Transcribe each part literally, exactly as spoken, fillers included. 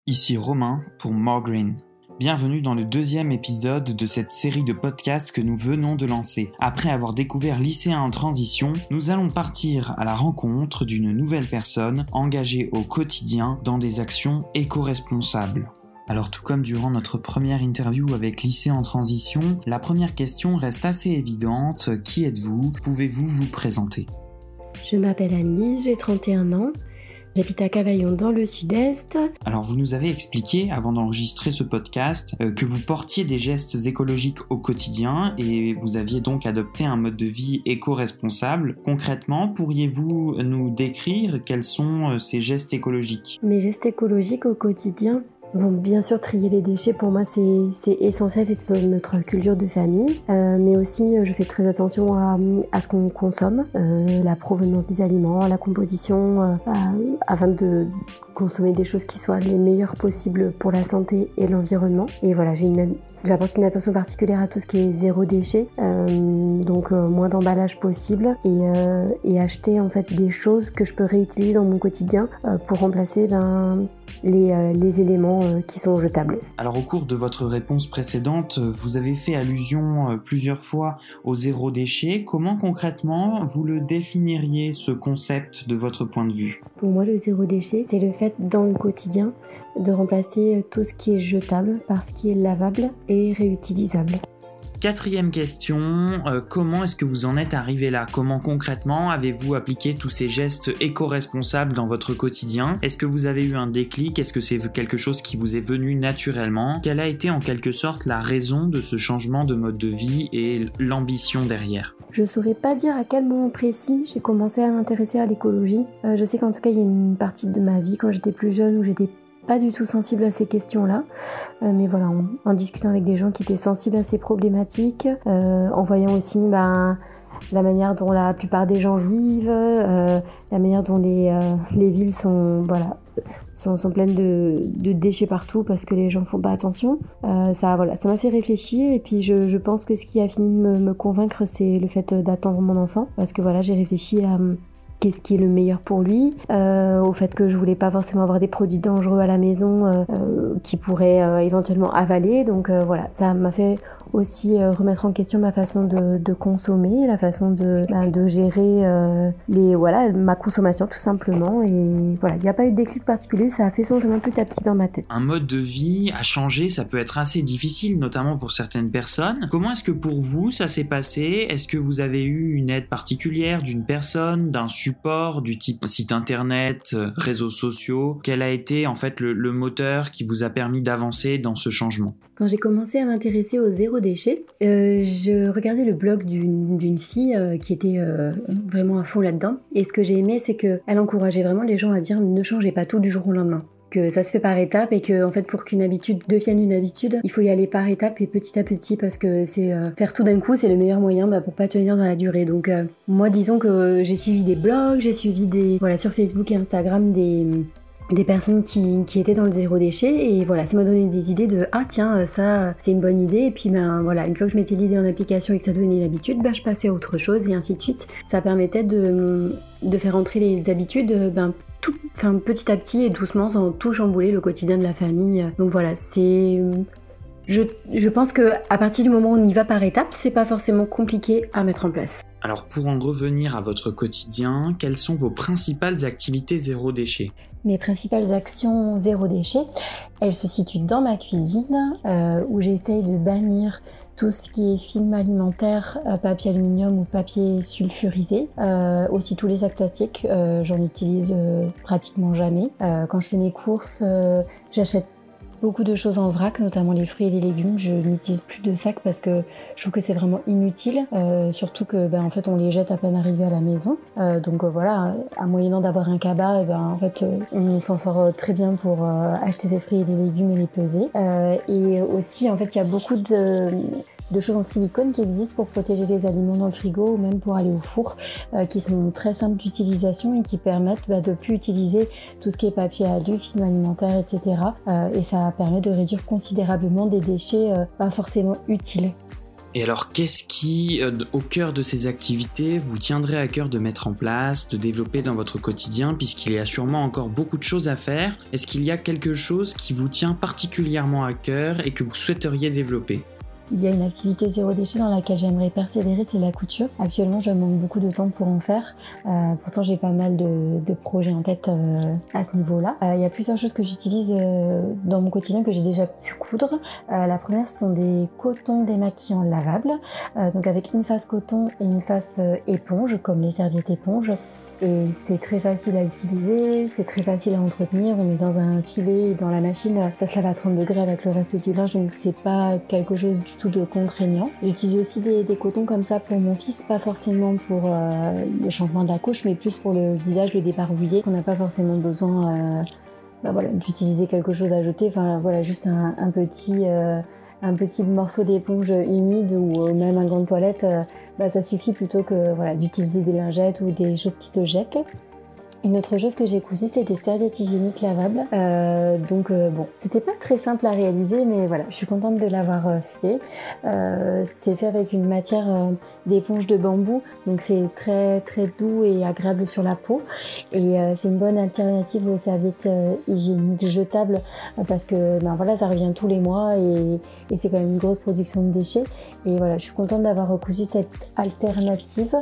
Ici Romain pour More Green. Bienvenue dans le deuxième épisode de cette série de podcasts que nous venons de lancer. Après avoir découvert Lycéens en transition, nous allons partir à la rencontre d'une nouvelle personne engagée au quotidien dans des actions éco-responsables. Alors tout comme durant notre première interview avec Lycéens en transition, la première question reste assez évidente. Qui êtes-vous ? Pouvez-vous vous présenter ? Je m'appelle Anne-Lise, j'ai trente et un ans. J'habite à Cavaillon dans le sud-est. Alors vous nous avez expliqué avant d'enregistrer ce podcast euh, que vous portiez des gestes écologiques au quotidien et vous aviez donc adopté un mode de vie éco-responsable. Concrètement, pourriez-vous nous décrire quels sont euh, ces gestes écologiques ? Mes gestes écologiques au quotidien vont bien sûr trier les déchets. Pour moi, c'est, c'est essentiel, c'est dans notre culture de famille. Euh, mais aussi, je fais très attention à, à ce qu'on consomme, euh, la provenance des aliments, la composition, euh, afin de consommer des choses qui soient les meilleures possibles pour la santé et l'environnement. Et voilà, j'ai une J'apporte une attention particulière à tout ce qui est zéro déchet, euh, donc euh, moins d'emballage possible et, euh, et acheter en fait des choses que je peux réutiliser dans mon quotidien euh, pour remplacer ben, les, euh, les éléments euh, qui sont jetables. Alors au cours de votre réponse précédente, vous avez fait allusion euh, plusieurs fois au zéro déchet. Comment concrètement vous le définiriez, ce concept, de votre point de vue ? Pour moi, le zéro déchet, c'est le fait dans le quotidien de remplacer tout ce qui est jetable par ce qui est lavable et réutilisable. Quatrième question, euh, comment est-ce que vous en êtes arrivé là ? Comment concrètement avez-vous appliqué tous ces gestes éco-responsables dans votre quotidien ? Est-ce que vous avez eu un déclic ? Est-ce que c'est quelque chose qui vous est venu naturellement ? Quelle a été en quelque sorte la raison de ce changement de mode de vie et l'ambition derrière ? Je saurais pas dire à quel moment précis j'ai commencé à m'intéresser à l'écologie. Euh, je sais qu'en tout cas il y a une partie de ma vie quand j'étais plus jeune où j'étais pas du tout sensible à ces questions-là, euh, mais voilà, en, en discutant avec des gens qui étaient sensibles à ces problématiques, euh, en voyant aussi ben, la manière dont la plupart des gens vivent, euh, la manière dont les, euh, les villes sont, voilà, sont, sont pleines de, de déchets partout parce que les gens font pas attention. Euh, ça, voilà, ça m'a fait réfléchir et puis je, je pense que ce qui a fini de me, me convaincre, c'est le fait d'attendre mon enfant parce que voilà, j'ai réfléchi à qu'est-ce qui est le meilleur pour lui, euh, au fait que je voulais pas forcément avoir des produits dangereux à la maison euh, euh, qui pourraient euh, éventuellement avaler. Donc euh, voilà, ça m'a fait aussi euh, remettre en question ma façon de, de consommer, la façon de, ben, de gérer euh, les, voilà, ma consommation tout simplement. Et voilà, il n'y a pas eu de déclic particulier, ça a fait son chemin petit à petit dans ma tête. Un mode de vie à changer, ça peut être assez difficile, notamment pour certaines personnes. Comment est-ce que pour vous ça s'est passé ? Est-ce que vous avez eu une aide particulière d'une personne, d'un support du type site internet, réseaux sociaux ? Quel a été en fait le, le moteur qui vous a permis d'avancer dans ce changement ? Quand j'ai commencé à m'intéresser au zéro déchet, euh, je regardais le blog d'une, d'une fille euh, qui était euh, vraiment à fond là-dedans. Et ce que j'ai aimé, c'est qu'elle encourageait vraiment les gens à dire ne changez pas tout du jour au lendemain. Que ça se fait par étapes et que en fait pour qu'une habitude devienne une habitude, il faut y aller par étapes et petit à petit parce que c'est euh, faire tout d'un coup, c'est le meilleur moyen bah, pour pas tenir dans la durée. Donc euh, moi disons que j'ai suivi des blogs, j'ai suivi des voilà sur Facebook et Instagram des des personnes qui, qui étaient dans le zéro déchet et voilà, ça m'a donné des idées de ah tiens ça c'est une bonne idée et puis ben voilà, une fois que je mettais l'idée en application et que ça devenait l'habitude, ben je passais à autre chose et ainsi de suite. Ça permettait de, de faire entrer les habitudes ben tout, enfin, petit à petit et doucement sans tout chambouler le quotidien de la famille. Donc voilà, c'est je, je pense que à partir du moment où on y va par étapes, c'est pas forcément compliqué à mettre en place. Alors pour en revenir à votre quotidien, quelles sont vos principales activités zéro déchet ? Mes principales actions zéro déchet, elles se situent dans ma cuisine euh, où j'essaye de bannir tout ce qui est film alimentaire, euh, papier aluminium ou papier sulfurisé. Euh, aussi tous les sacs plastiques, euh, j'en utilise euh, pratiquement jamais. Euh, quand je fais mes courses, euh, j'achète beaucoup de choses en vrac, notamment les fruits et les légumes. Je n'utilise plus de sacs parce que je trouve que c'est vraiment inutile, euh, surtout que ben, en fait, on les jette à peine arrivés à la maison. Euh, donc euh, voilà, à moyennant d'avoir un cabas, et ben, en fait, euh, on s'en sort très bien pour euh, acheter ses fruits et les légumes et les peser. Euh, et aussi, en fait, il y a beaucoup de... de choses en silicone qui existent pour protéger les aliments dans le frigo ou même pour aller au four, euh, qui sont très simples d'utilisation et qui permettent bah, de plus utiliser tout ce qui est papier alu, film alimentaire, et cetera. Euh, et ça permet de réduire considérablement des déchets euh, pas forcément utiles. Et alors, qu'est-ce qui, euh, au cœur de ces activités, vous tiendrait à cœur de mettre en place, de développer dans votre quotidien, puisqu'il y a sûrement encore beaucoup de choses à faire? Est-ce qu'il y a quelque chose qui vous tient particulièrement à cœur et que vous souhaiteriez développer? Il y a une activité zéro déchet dans laquelle j'aimerais persévérer, c'est la couture. Actuellement, je manque beaucoup de temps pour en faire. Euh, pourtant, j'ai pas mal de, de projets en tête euh, à ce niveau-là. Euh, il y a plusieurs choses que j'utilise euh, dans mon quotidien que j'ai déjà pu coudre. Euh, la première, ce sont des cotons démaquillants lavables, euh, donc avec une face coton et une face euh, éponge, comme les serviettes éponges. Et c'est très facile à utiliser, c'est très facile à entretenir. On met dans un filet, dans la machine, ça se lave à trente degrés avec le reste du linge, donc c'est pas quelque chose du tout de contraignant. J'utilise aussi des, des cotons comme ça pour mon fils, pas forcément pour euh, le changement de la couche, mais plus pour le visage, le débarbouiller. On n'a pas forcément besoin euh, bah voilà, d'utiliser quelque chose à jeter, enfin voilà, juste un, un petit... Euh, un petit morceau d'éponge humide ou même un gant de toilette, euh, bah, ça suffit plutôt que voilà, d'utiliser des lingettes ou des choses qui se jettent. Une autre chose que j'ai cousu, c'est des serviettes hygiéniques lavables. Euh, donc euh, bon, c'était pas très simple à réaliser, mais voilà, je suis contente de l'avoir euh, fait. Euh, c'est fait avec une matière euh, d'éponge de bambou, donc c'est très très doux et agréable sur la peau. Et euh, c'est une bonne alternative aux serviettes euh, hygiéniques jetables euh, parce que ben voilà, ça revient tous les mois et, et c'est quand même une grosse production de déchets. Et voilà, je suis contente d'avoir recousu cette alternative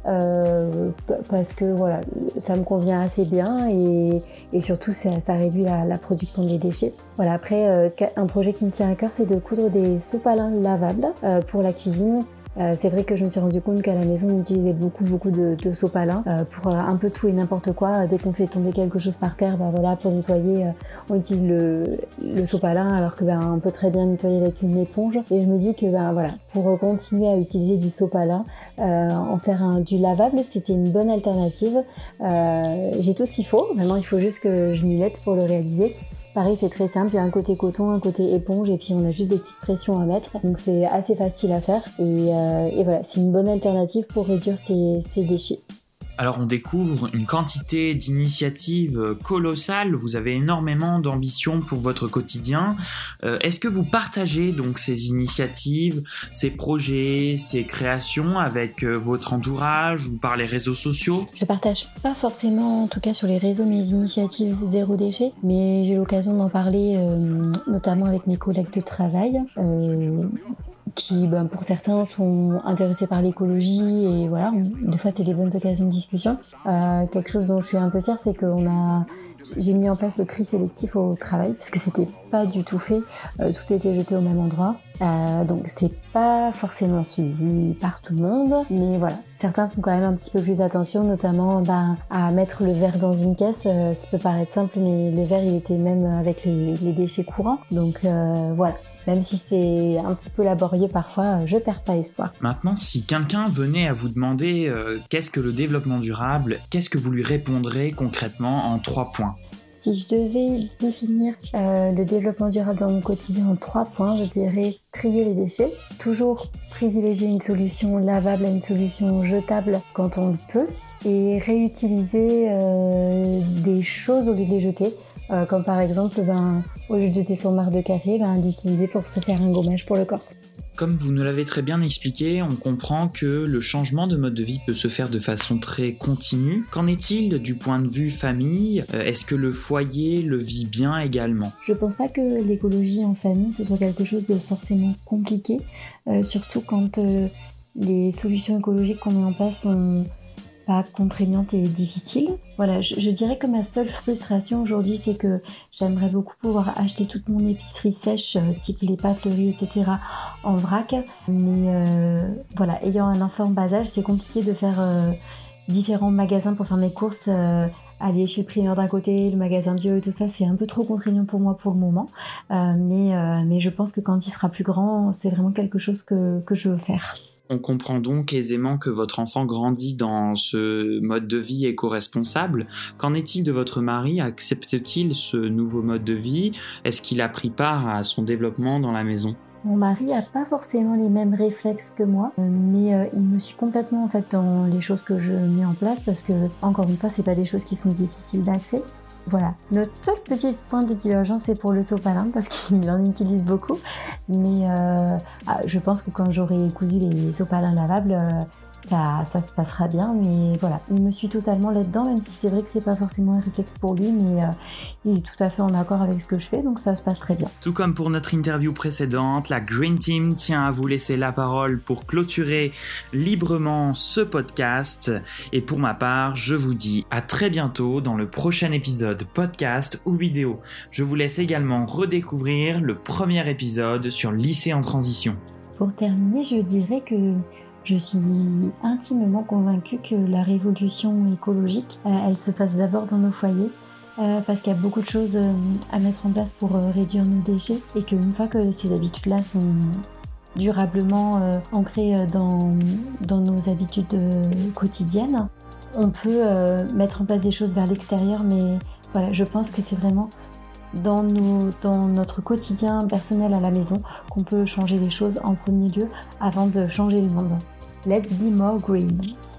euh, parce que voilà, ça me convient assez bien et, et surtout ça, ça réduit la, la production des déchets. Voilà, après euh, un projet qui me tient à cœur, c'est de coudre des sopalins lavables euh, pour la cuisine. Euh, c'est vrai que je me suis rendu compte qu'à la maison on utilisait beaucoup beaucoup de, de sopalins euh, pour euh, un peu tout et n'importe quoi. Dès qu'on fait tomber quelque chose par terre, bah voilà, pour nettoyer, euh, on utilise le, le sopalin alors que ben on peut très bien nettoyer avec une éponge. Et je me dis que ben voilà, pour continuer à utiliser du sopalin, euh, en faire un, du lavable, c'était une bonne alternative. Euh, j'ai tout ce qu'il faut. Maintenant, il faut juste que je m'y mette pour le réaliser. Pareil, c'est très simple, il y a un côté coton, un côté éponge et puis on a juste des petites pressions à mettre. Donc c'est assez facile à faire et, euh, et voilà, c'est une bonne alternative pour réduire ces, ces déchets. Alors on découvre une quantité d'initiatives colossales, vous avez énormément d'ambition pour votre quotidien. Euh, est-ce que vous partagez donc ces initiatives, ces projets, ces créations avec euh, votre entourage ou par les réseaux sociaux? Je partage pas forcément, en tout cas sur les réseaux, mes initiatives zéro déchet, mais j'ai l'occasion d'en parler euh, notamment avec mes collègues de travail. Euh, qui ben, pour certains sont intéressés par l'écologie et voilà, on, des fois c'est des bonnes occasions de discussion. Euh, quelque chose dont je suis un peu fière, c'est qu'on a, j'ai mis en place le tri sélectif au travail puisque c'était pas du tout fait, euh, tout était jeté au même endroit. Euh, donc c'est pas forcément suivi par tout le monde, mais voilà, certains font quand même un petit peu plus attention, notamment ben, à mettre le verre dans une caisse. Euh, ça peut paraître simple, mais le verre il était même avec les, les déchets courants, donc euh, voilà. Même si c'est un petit peu laborieux parfois, je perds pas espoir. Maintenant, si quelqu'un venait à vous demander euh, qu'est-ce que le développement durable, qu'est-ce que vous lui répondrez concrètement en trois points? Si je devais définir euh, le développement durable dans mon quotidien en trois points, je dirais trier les déchets, toujours privilégier une solution lavable à une solution jetable quand on le peut, et réutiliser euh, des choses au lieu de les jeter. Euh, comme par exemple, ben, au lieu de jeter son marc de café, ben, l'utiliser pour se faire un gommage pour le corps. Comme vous nous l'avez très bien expliqué, on comprend que le changement de mode de vie peut se faire de façon très continue. Qu'en est-il du point de vue famille? Est-ce que le foyer le vit bien également? Je pense pas que l'écologie en famille ce soit quelque chose de forcément compliqué, euh, surtout quand euh, les solutions écologiques qu'on met en place sont pas contraignante et difficile. Voilà, je, je dirais que ma seule frustration aujourd'hui, c'est que j'aimerais beaucoup pouvoir acheter toute mon épicerie sèche, euh, type les pâtes, le riz, et cetera, en vrac. Mais euh, voilà, ayant un enfant en bas âge, c'est compliqué de faire euh, différents magasins pour faire mes courses. Euh, aller chez le primeur d'un côté, le magasin bio et tout ça, c'est un peu trop contraignant pour moi pour le moment. Euh, mais, euh, mais je pense que quand il sera plus grand, c'est vraiment quelque chose que, que je veux faire. On comprend donc aisément que votre enfant grandit dans ce mode de vie éco-responsable. Qu'en est-il de votre mari? Accepte-t-il ce nouveau mode de vie? Est-ce qu'il a pris part à son développement dans la maison? Mon mari n'a pas forcément les mêmes réflexes que moi, mais euh, il me suit complètement en fait dans les choses que je mets en place parce que, encore une fois, c'est pas des choses qui sont difficiles d'accès. Voilà, notre seul petit point de divergence c'est pour le sopalin parce qu'il en utilise beaucoup, mais euh, ah, je pense que quand j'aurai cousu les sopalins lavables, euh, ça, ça se passera bien, mais voilà, il me suit totalement là-dedans, même si c'est vrai que c'est pas forcément un réflexe pour lui, mais euh, il est tout à fait en accord avec ce que je fais, donc ça se passe très bien. Tout comme pour notre interview précédente, la Green Team tient à vous laisser la parole pour clôturer librement ce podcast, et pour ma part, je vous dis à très bientôt dans le prochain épisode podcast ou vidéo. Je vous laisse également redécouvrir le premier épisode sur Lycée en transition. Pour terminer, je dirais que je suis intimement convaincue que la révolution écologique, euh, elle se passe d'abord dans nos foyers, euh, parce qu'il y a beaucoup de choses euh, à mettre en place pour euh, réduire nos déchets, et qu'une fois que ces habitudes-là sont durablement euh, ancrées euh, dans, dans nos habitudes euh, quotidiennes, on peut euh, mettre en place des choses vers l'extérieur, mais voilà, je pense que c'est vraiment dans, nos, dans notre quotidien personnel à la maison qu'on peut changer les choses en premier lieu avant de changer le monde. Let's be more green.